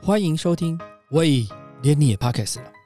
欢迎收听，喂，连你也 Podcast 了。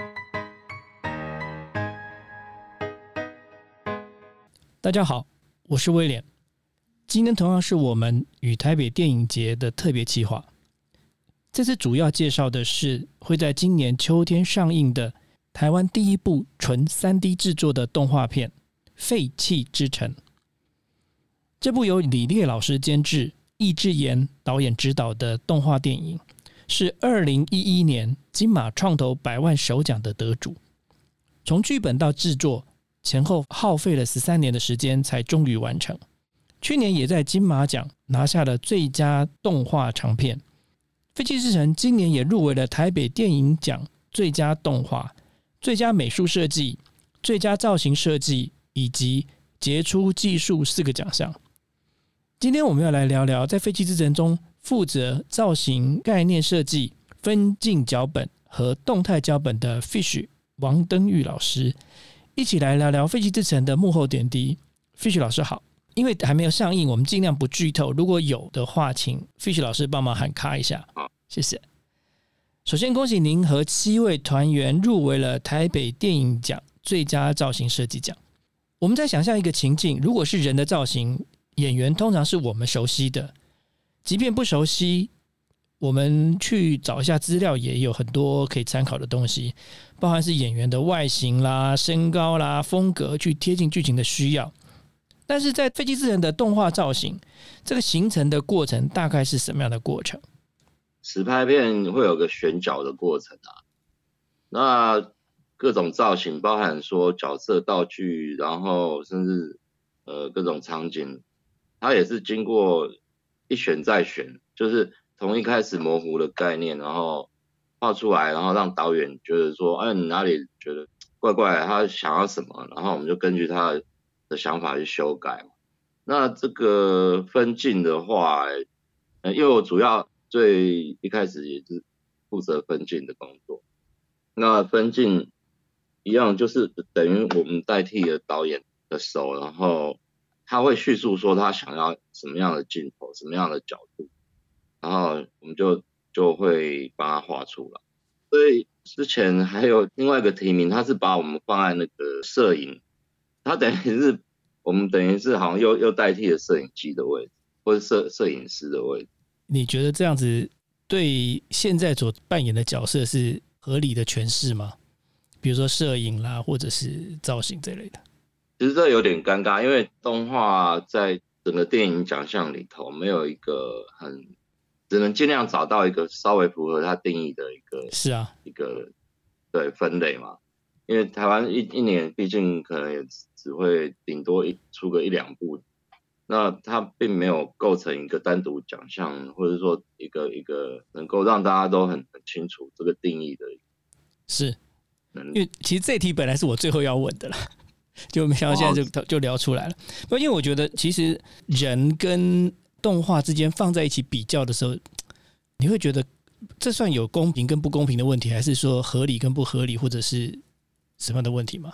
大家好，我是威廉。今天同样是我们与台北电影节的特别企划。这次主要介绍的是会在今年秋天上映的台湾第一部纯 3D 制作的动画片《废弃之城》。这部由李烈老师监制、易智言导演执导的动画电影，是2011年金马创投100万首奖的得主。从剧本到制作，前后耗费了13年的时间才终于完成。去年也在金马奖拿下了最佳动画长片。废弃之城今年也入围了台北电影奖最佳动画、最佳美术设计、最佳造型设计以及杰出技术4个奖项。今天我们要来聊聊在废弃之城中负责造型概念设计、分镜脚本和动态脚本的 Fish 王登玉老师，一起来聊聊废弃之城的幕后点滴。 Fish 老师好。因为还没有上映，我们尽量不剧透，如果有的话请 Fish 老师帮忙喊卡一下。好，谢谢。首先恭喜您和7位团员入围了台北电影奖最佳造型设计奖。我们再想象一个情境，如果是人的造型，演员通常是我们熟悉的，即便不熟悉，我们去找一下资料也有很多可以参考的东西，包含是演员的外形啦、身高啦、风格，去贴近剧情的需要。但是在废弃之城的动画造型，这个形成的过程大概是什么样的过程？ 实拍片会有个选角的过程啊，那各种造型包含说角色道具，然后甚至各种场景，它也是经过一选再选，就是从一开始模糊的概念，然后画出来，然后让导演觉得说，哎，你哪里觉得怪怪的，他想要什么，然后我们就根据他的想法去修改嘛。那这个分镜的话，因为我主要最一开始也是负责分镜的工作，那分镜一样就是等于我们代替了导演的手，然后他会叙述说他想要什么样的镜头、什么样的角度，然后我们就会帮他画出来。所以之前还有另外一个提名，他是把我们放在那个摄影，他等于是我们等于是好像又代替了摄影机的位置，或者摄影师的位置。你觉得这样子对现在所扮演的角色是合理的诠释吗？比如说摄影啦，或者是造型这类的。 其实这有点尴尬，因为动画在整个电影奖项里头没有一个只能尽量找到一个稍微符合它定义的一个一个对分类嘛。因为台湾一年毕竟可能也只会顶多出个1-2部，那它并没有构成一个单独奖项，或者说一个能够让大家都很清楚这个定义的。 是，因为其实这一题本来是我最后要问的啦，就没想到现在就聊出来了。因为我觉得其实人跟动画之间放在一起比较的时候，你会觉得这算有公平跟不公平的问题，还是说合理跟不合理，或者是什么样的问题吗？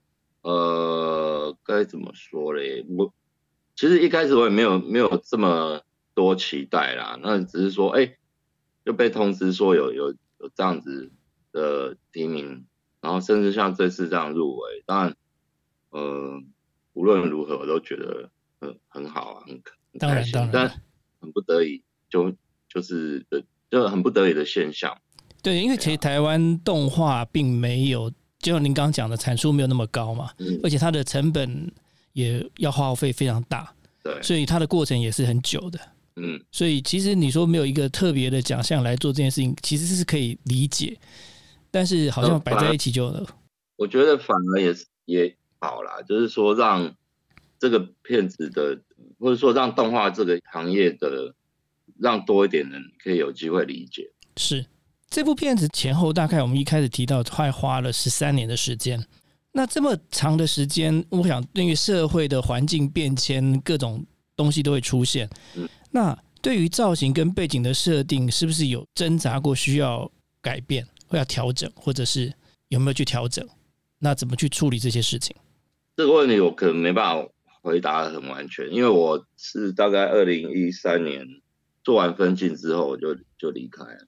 该怎么说嘞？其实一开始我也没有这么多期待啦，那只是说，就被通知说有这样子的提名，然后甚至像这次这样入围，当然，无论如何我都觉得很好啊，很开心，但很不得已，就是很不得已的现象。 对，因为其实台湾动画并没有，就像您刚刚讲的，产出没有那么高嘛，而且它的成本也要耗费非常大， 对， 所以它的过程也是很久的。所以其实你说没有一个特别的奖项来做这件事情，其实是可以理解，但是好像摆在一起就我觉得反而也好啦，就是说让这个片子的，或者说让动画这个行业的，让多一点人可以有机会理解。 是，这部片子前后大概我们一开始提到快花了13年的时间。那这么长的时间，我想对于社会的环境变迁，各种东西都会出现。那对于造型跟背景的设定，是不是有挣扎过需要改变，或要调整，或者是有没有去调整？那怎么去处理这些事情？ 这个问题我可能没办法回答得很完全，因为我是大概2013年做完分镜之后我就离开了。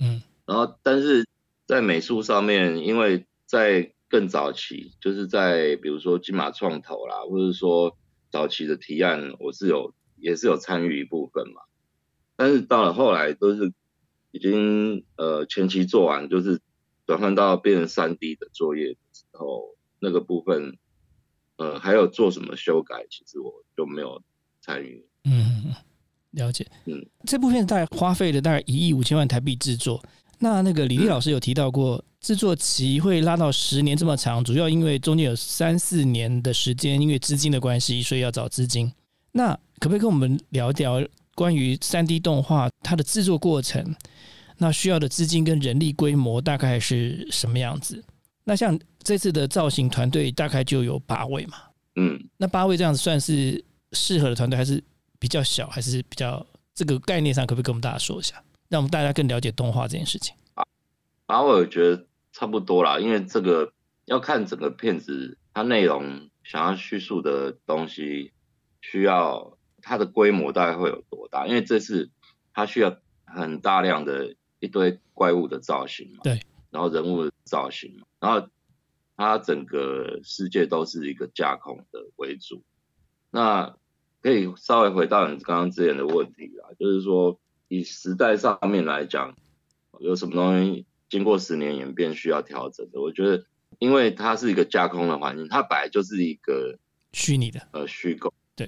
然后但是在美术上面，因为在更早期，就是在比如说金马创投啦，或者说早期的提案，也是有参与一部分嘛。但是到了后来都是已经前期做完，就是转换到变成3D 的作业的时候，那个部分还有做什么修改，其实我就没有参与。 了解。这部片大概花费了大概1亿5千万台币制作。那个李立老师有提到过，制作期会拉到10年这么长，主要因为中间有3-4年的时间，因为资金的关系，所以要找资金。那可不可以跟我们聊聊关于3D 动画它的制作过程？那需要的资金跟人力规模大概是什么样子？那像这次的造型团队大概就有8位嘛？那8位这样子算是适合的团队，还是比较小，还是比较这个概念上，可不可以跟我们大家说一下，让我们大家更了解动画这件事情 ？8位我觉得差不多啦，因为这个要看整个片子它内容想要叙述的东西，需要它的规模大概会有多大？因为这次它需要很大量的一堆怪物的造型嘛， 对， 然后人物的造型嘛，然后它整个世界都是一个架空的为主。那可以稍微回到你刚刚之前的问题啦，就是说以时代上面来讲，有什么东西经过10年演变需要调整的？我觉得，因为它是一个架空的环境，它本来就是一个虚拟的， 虚构。 对，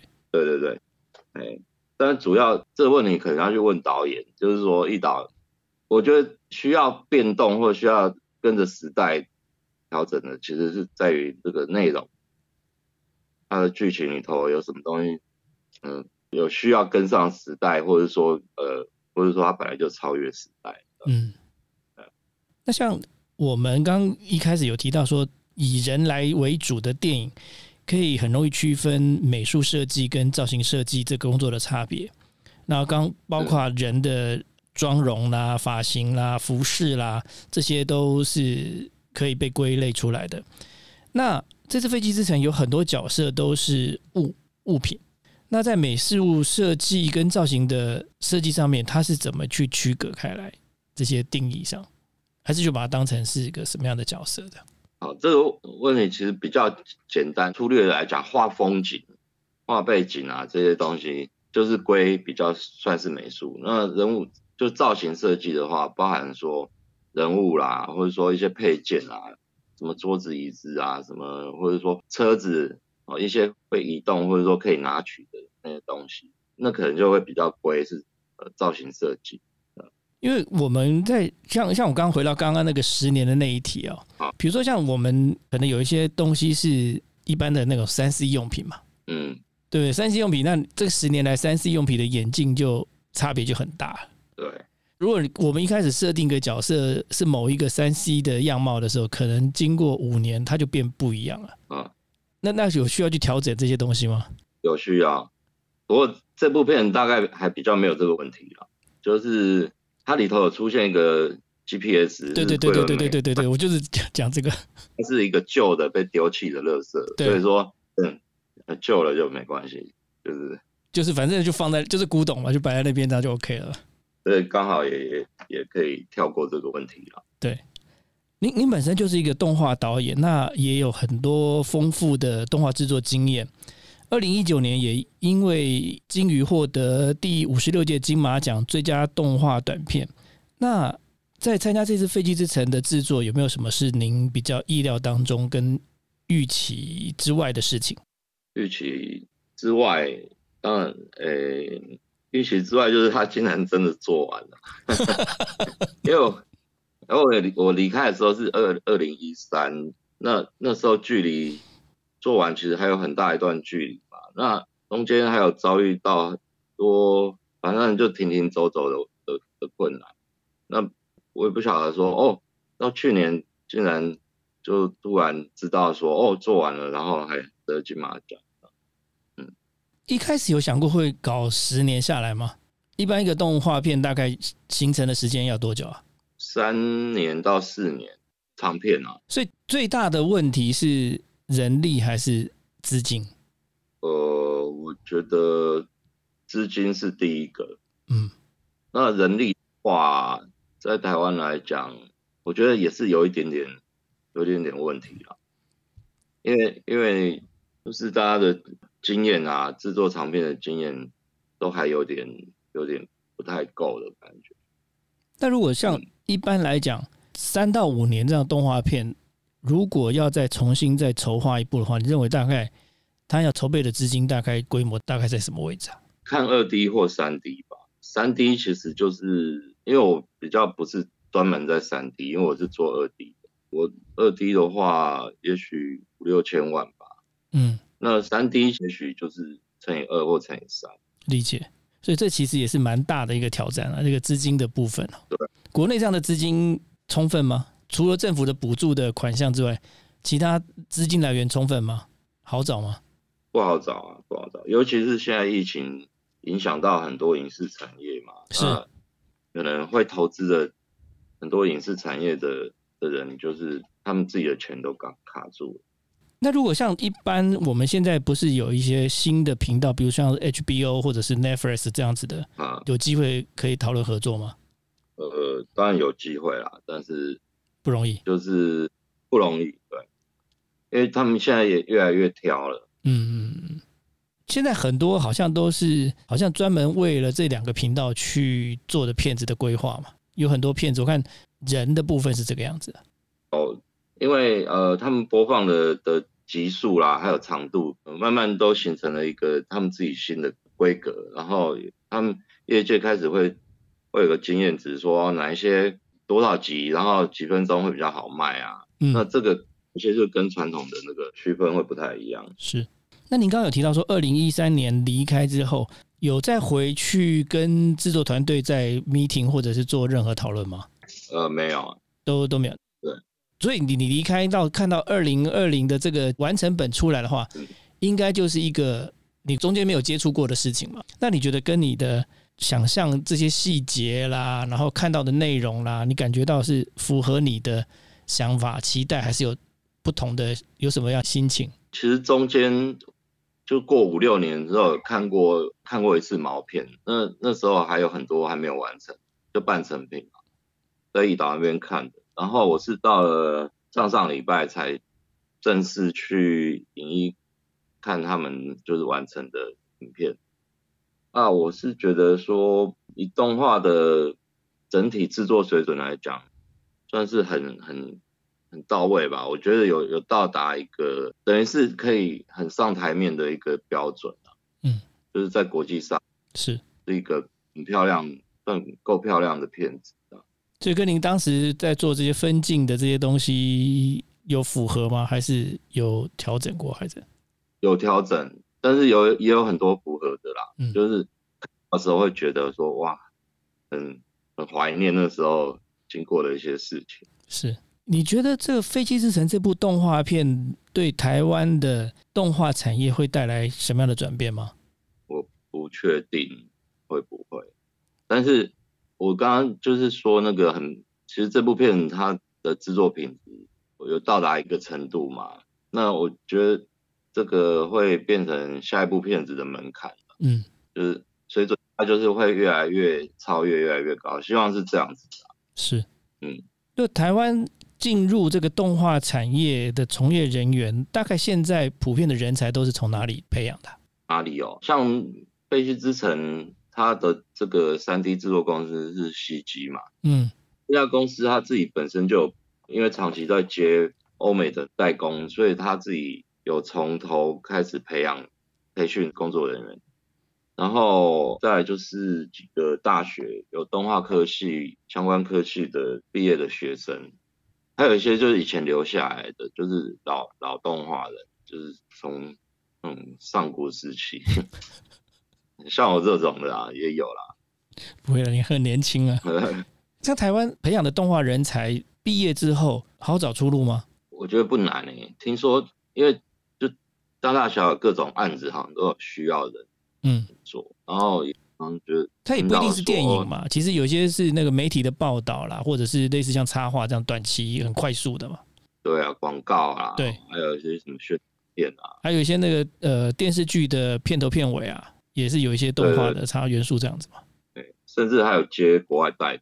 但主要这个问题可能要去问导演，就是说易导，我觉得需要变动或需要跟着时代调整的，其实是在于这个内容，它的剧情里头有什么东西，有需要跟上时代，或者说它本来就超越时代。 那像我们刚一开始有提到说，以人来为主的电影，可以很容易区分美术设计跟造型设计这个工作的差别。那刚包括人的妆容啦、发型啦、服饰啦，这些都是可以被归类出来的。那这次《飞机之城》有很多角色都是物品，那在美术设计跟造型的设计上面，它是怎么去区隔开来？这些定义上，还是就把它当成是一个什么样的角色的？ 好，这个问题其实比较简单，粗略的来讲，画风景、画背景啊这些东西，就是比较算是美术。那人物就造型设计的话，包含说人物啦，或者说一些配件啊，什么桌子、椅子啊，什么或者说车子一些会移动或者说可以拿取的那些东西，那可能就会比较归是造型设计。 因为我们在像我刚回到刚刚那个10年的那一题比如说像我们可能有一些东西是一般的那种3C 用品嘛，对不对？3C 用品，那这个10年来3C 用品的演进就差别就很大。 对， 如果我们一开始设定一个角色是某一个3C 的样貌的时候，可能经过5年它就变不一样了。那有需要去调整这些东西吗？ 有需要，不过这部片大概还比较没有这个问题啦，就是它里头有出现一个 GPS， 对，我就是讲这个， 它是一个旧的被丢弃的垃圾，所以说旧了就没关系， 就是反正就放在就是古董嘛，就摆在那边，那就 OK 了。 所以刚好也可以跳过这个问题了。 对，您本身就是一个动画导演，那也有很多丰富的动画制作经验。2019年也因为金鱼获得第56届金马奖最佳动画短片。那在参加这次《飞机之城》的制作，有没有什么是您比较意料当中跟预期之外的事情？ 预期之外，当然，预期之外就是他竟然真的做完了，因为我离开的时候是2013，那时候距离做完其实还有很大一段距离嘛，那中间还有遭遇到很多反正就停停走走的困难，那我也不晓得说到去年竟然就突然知道说做完了，然后还得金马奖。 一开始有想过会搞10年下来吗？一般一个动画片大概形成的时间要多久啊 ？3年到4年，长片啊。 所以最大的问题是人力还是资金？ 我觉得资金是第一个。那人力的话， 在台湾来讲，我觉得也是有一点点问题啦。因为就是大家的经验啊，制作长片的经验都还有点不太够的感觉。 但如果像一般来讲，3到5年这样动画片，如果要再重新再筹划一部的话，你认为大概他要筹备的资金大概规模大概在什么位置啊？ 看2D 或3D 吧。3D 其实就是因为我比较不是专门在3D， 因为我是做2D 的。我2D 的话，也许5、6千万吧。那3D 也许就是乘以2或乘以3。 理解。所以这其实也是蛮大的一个挑战啊，这个资金的部分。 对， 国内这样的资金充分吗？除了政府的补助的款项之外，其他资金来源充分吗？好找吗？ 不好找啊，不好找。尤其是现在疫情影响到很多影视产业嘛， 是可能会投资的很多影视产业的人，就是他们自己的钱都卡住了。 那如果像一般我们现在不是有一些新的频道，比如像 HBO 或者是 Netflix 这样子的，有机会可以讨论合作吗？ 当然有机会啦，但是不容易， 就是不容易，对，因为他们现在也越来越挑了。 现在很多好像都是好像专门为了这2个频道去做的片子的规划嘛，有很多片子我看人的部分是这个样子的。 因为他们播放的集数啦，还有长度，慢慢都形成了一个他们自己新的规格，然后他们业界开始会有个经验值，说哪一些多少集，然后几分钟会比较好卖啊。那这个有些就跟传统的那个区分会不太一样。 是。那您刚刚有提到说2013年离开之后，有再回去跟制作团队在 meeting 或者是做任何讨论吗？ 没有， 都没有。 对。 所以你离开到看到2020的这个完成本出来的话，应该就是一个你中间没有接触过的事情嘛？那你觉得跟你的想象这些细节啦，然后看到的内容啦，你感觉到是符合你的想法期待，还是有不同的？有什么样心情？ 其实中间就过5、6年之后看过一次毛片，那时候还有很多还没有完成，就半成品嘛，在怡岛那边看的。然后我是到了上礼拜才正式去影艺看他们就是完成的影片。我是觉得说以动画的整体制作水准来讲，算是很到位吧。我觉得有到达一个等于是可以很上台面的一个标准啊。就是在国际上是一个很漂亮、算够漂亮的片子啊。 所以跟您当时在做这些分镜的这些东西有符合吗？还是有调整过？还是有调整，但是也有很多符合的啦。就是有时候会觉得说哇，很怀念那时候经过的一些事情。 是，你觉得这个《飞机之城》这部动画片对台湾的动画产业会带来什么样的转变吗？ 我不确定会不会，但是我刚刚就是说那个其实这部片它的制作品质有到达一个程度嘛，那我觉得这个会变成下一部片子的门槛。就是水准它就是会越来越超越，越来越高，希望是这样子的。 是，就台湾进入这个动画产业的从业人员，大概现在普遍的人才都是从哪里培养的？ 哪里哦？像《废墟之城》它的这个3D 制作公司是西基嘛，这家公司它自己本身就因为长期在接欧美的代工，所以他自己有从头开始培训工作人员，然后再来就是几个大学有动画科系相关科系的毕业的学生，还有一些就是以前留下来的，就是老动画人，就是从上古时期像我这种的啊也有啦。 不会了，你很年轻啊。像台湾培养的动画人才毕业之后好找出路吗？ 我觉得不难欸，听说因为就大大小小各种案子好像都有需要人做，然后觉得它也不一定是电影嘛，其实有些是那个媒体的报道啦，或者是类似像插画这样短期很快速的嘛。 对啊，广告啊， 对， 还有一些什么宣传啊， 还有一些那个电视剧的片头片尾啊，也是有一些动画的插元素这样子嘛。 对，甚至还有接国外代工。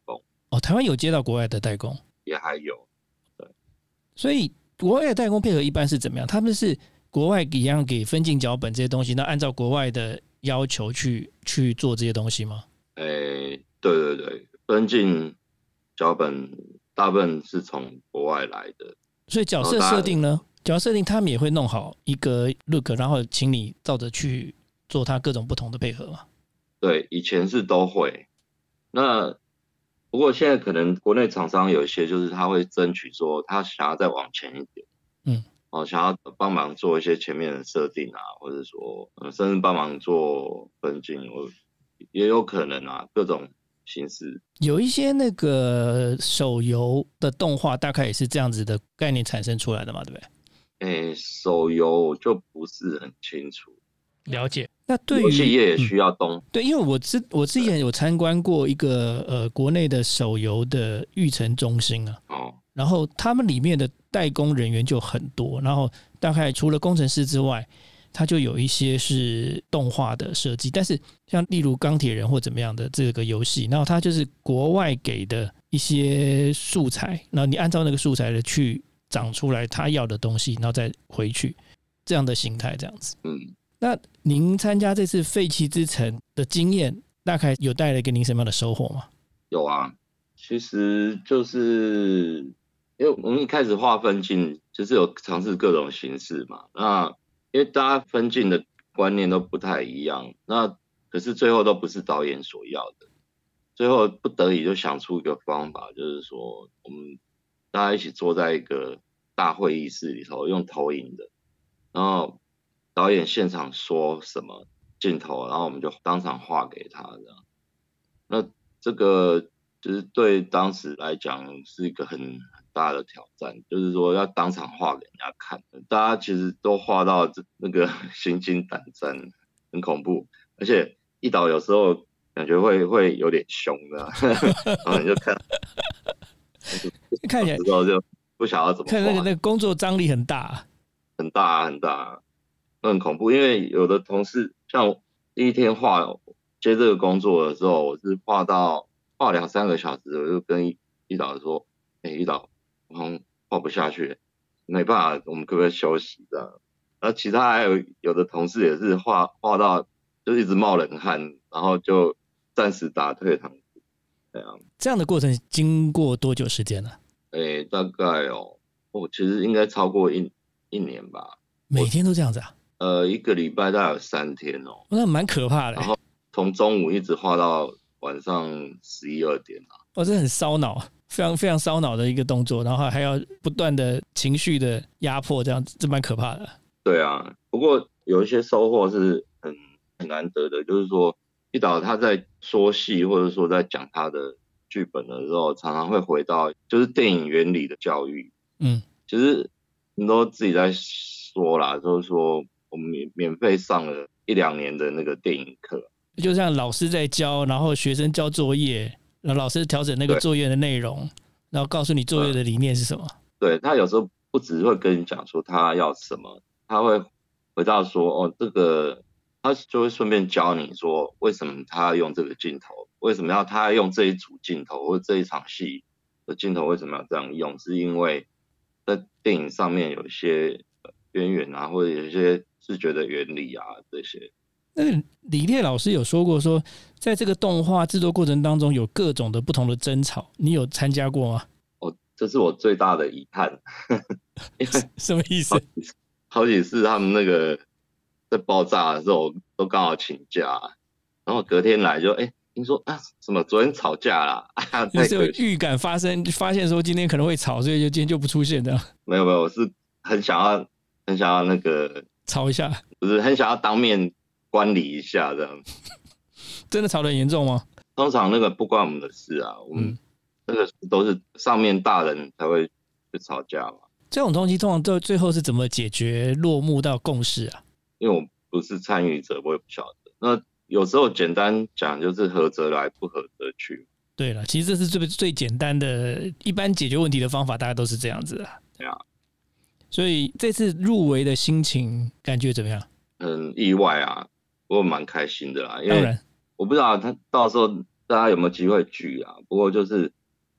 哦，台湾有接到国外的代工， 也还有。对， 所以国外的代工配合一般是怎么样？他们是国外一样给分镜脚本这些东西，那按照国外的要求去做这些东西吗？ 对对对，分镜脚本大部分是从国外来的。 所以角色设定呢？角色设定他们也会弄好一个 look， 然后请你照着去做它各种不同的配合嘛？ 对，以前是都会。那不过现在可能国内厂商有一些就是他会争取说他想要再往前一点，想要帮忙做一些前面的设定啊，或者说甚至帮忙做分镜，也有可能啊，各种形式。 有一些那个手游的动画大概也是这样子的概念产生出来的嘛，对不对？手游我就不是很清楚。 了解。那对于游戏业也需要动， 对，因为我之前有参观过一个国内的手游的育成中心啊，然后他们里面的代工人员就很多，然后大概除了工程师之外，他就有一些是动画的设计，但是像例如钢铁人或怎么样的这个游戏，然后它就是国外给的一些素材，然后你按照那个素材的去长出来他要的东西，然后再回去这样的形态，这样子。那您参加这次废弃之城的经验，大概有带来给您什么样的收获吗？ 有啊，其实就是因为我们一开始画分镜，就是有尝试各种形式嘛。那因为大家分镜的观念都不太一样，那可是最后都不是导演所要的，最后不得已就想出一个方法，就是说我们大家一起坐在一个大会议室里头，用投影的，然后导演现场说什么镜头，然后我们就当场画给他这样。那这个就是对当时来讲是一个很大的挑战，就是说要当场画给人家看，大家其实都画到那个心惊胆战，很恐怖，而且一导有时候感觉会有点凶的，然后你就看起来之后就不晓得怎么画， 看那个工作张力很大， 很大很大。很恐怖，因为有的同事像我第一天接这个工作的时候，我是画2-3个小时，我就跟一导说：“一导，我好像画不下去，没办法，我们可不可以休息这样？”然后其他还有的同事也是画到就一直冒冷汗，然后就暂时打退堂鼓。 这样的过程经过多久时间呢？ 大概其实应该超过一年吧。 每天都这样子啊？ 一个礼拜大概有3天那蛮可怕的。 然后从中午一直画到晚上11、12点这很烧脑，非常非常烧脑的一个动作，然后还要不断的情绪的压迫，这样子，这蛮可怕的。 对啊，不过有一些收获是很难得的，就是说一导他在说戏或者说在讲他的剧本的时候，常常会回到就是电影原理的教育。其实你都自己在说啦，就是说我们免费上了1-2年的那个电影课， 就像老师在教，然后学生交作业，然后老师调整那个作业的内容，然后告诉你作业的理念是什么。 对，他有时候不只会跟你讲说他要什么，他会回到说这个，他就会顺便教你说为什么他要用这个镜头，为什么他要用这一组镜头，或者这一场戏的镜头为什么要这样用，是因为在电影上面有一些渊源啊，或者有一些视觉的原理啊这些。 那个李烈老师有说过说，在这个动画制作过程当中有各种的不同的争吵，你有参加过吗？ 这是我最大的遗憾。 什么意思？ 好几次他们那个在爆炸的时候都刚好请假，然后隔天来就听说什么昨天吵架啦， 就是有预感发现说今天可能会吵，所以就今天就不出现这样。 没有，我是很想要那个吵一下， 不是很想要当面观礼一下这样。 真的吵得很严重吗？ 通常那个不关我们的事啊，我们那个都是上面大人才会去吵架嘛。 这种东西通常最后是怎么解决落幕到共识啊？ 因为我不是参与者，我也不晓得。那有时候简单讲就是合则来，不合则去。 对了，其实这是最简单的，一般解决问题的方法，大家都是这样子啊。 对啊。 所以这次入围的心情感觉怎么样？ 很意外啊，我蛮开心的啦，因为当然我不知道他到时候大家有没有机会聚啊。不过就是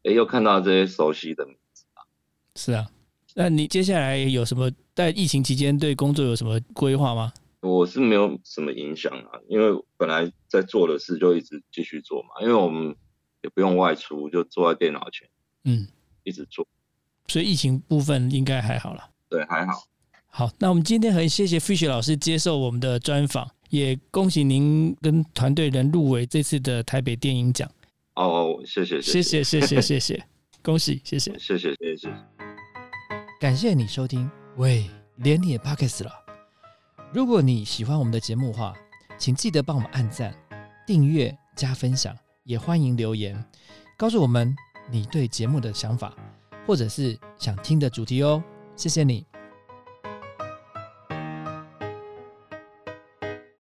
又看到这些熟悉的名字。 是啊，那你接下来有什么在疫情期间对工作有什么规划吗？ 我是没有什么影响啊，因为本来在做的事就一直继续做嘛，因为我们也不用外出，就坐在电脑前，一直做。 所以疫情部分应该还好啦。 对，还好。 好，那我们今天很谢谢 Fish 老师接受我们的专访，也恭喜您跟团队人入围这次的台北电影奖。 谢谢， 谢谢，恭喜，谢谢， 谢谢。 感谢你收听，喂，连你也 Podcast 了。如果你喜欢我们的节目的话，请记得帮我们按赞、订阅、加分享，也欢迎留言告诉我们你对节目的想法，或者是想听的主题哦。谢谢你。